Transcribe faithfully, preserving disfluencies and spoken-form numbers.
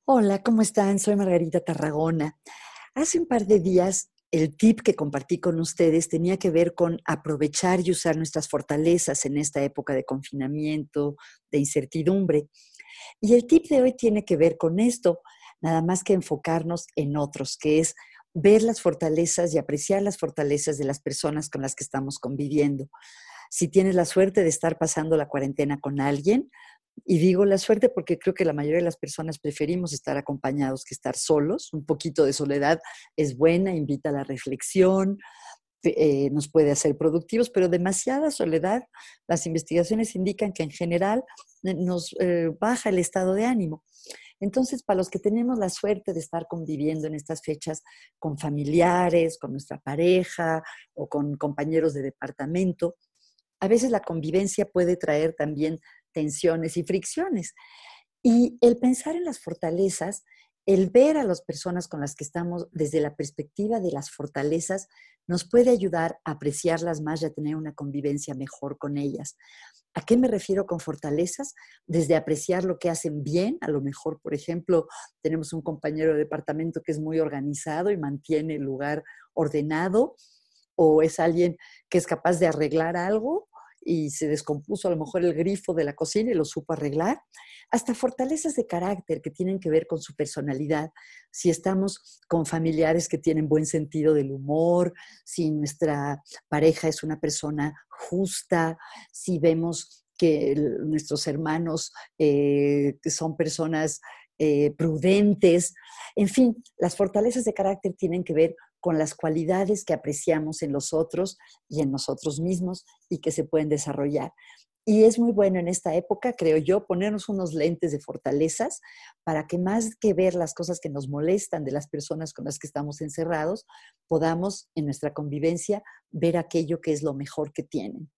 Hola, ¿cómo están? Soy Margarita Tarragona. Hace un par de días el tip que compartí con ustedes tenía que ver con aprovechar y usar nuestras fortalezas en esta época de confinamiento, de incertidumbre. Y el tip de hoy tiene que ver con esto, nada más que enfocarnos en otros, que es ver las fortalezas y apreciar las fortalezas de las personas con las que estamos conviviendo. Si tienes la suerte de estar pasando la cuarentena con alguien, y digo la suerte porque creo que la mayoría de las personas preferimos estar acompañados que estar solos. Un poquito de soledad es buena, invita a la reflexión, eh, nos puede hacer productivos, pero demasiada soledad, las investigaciones indican que en general eh, nos eh, baja el estado de ánimo. Entonces, para los que tenemos la suerte de estar conviviendo en estas fechas con familiares, con nuestra pareja o con compañeros de departamento, a veces la convivencia puede traer también tensiones y fricciones. Y el pensar en las fortalezas, el ver a las personas con las que estamos desde la perspectiva de las fortalezas, nos puede ayudar a apreciarlas más y a tener una convivencia mejor con ellas. ¿A qué me refiero con fortalezas? Desde apreciar lo que hacen bien, a lo mejor, por ejemplo, tenemos un compañero de departamento que es muy organizado y mantiene el lugar ordenado, o es alguien que es capaz de arreglar algo y se descompuso a lo mejor el grifo de la cocina y lo supo arreglar, hasta fortalezas de carácter que tienen que ver con su personalidad. Si estamos con familiares que tienen buen sentido del humor, si nuestra pareja es una persona justa, si vemos que el, nuestros hermanos eh, que son personas eh, prudentes, en fin, las fortalezas de carácter tienen que ver con las cualidades que apreciamos en los otros y en nosotros mismos y que se pueden desarrollar. Y es muy bueno en esta época, creo yo, ponernos unos lentes de fortalezas para que más que ver las cosas que nos molestan de las personas con las que estamos encerrados, podamos en nuestra convivencia ver aquello que es lo mejor que tienen.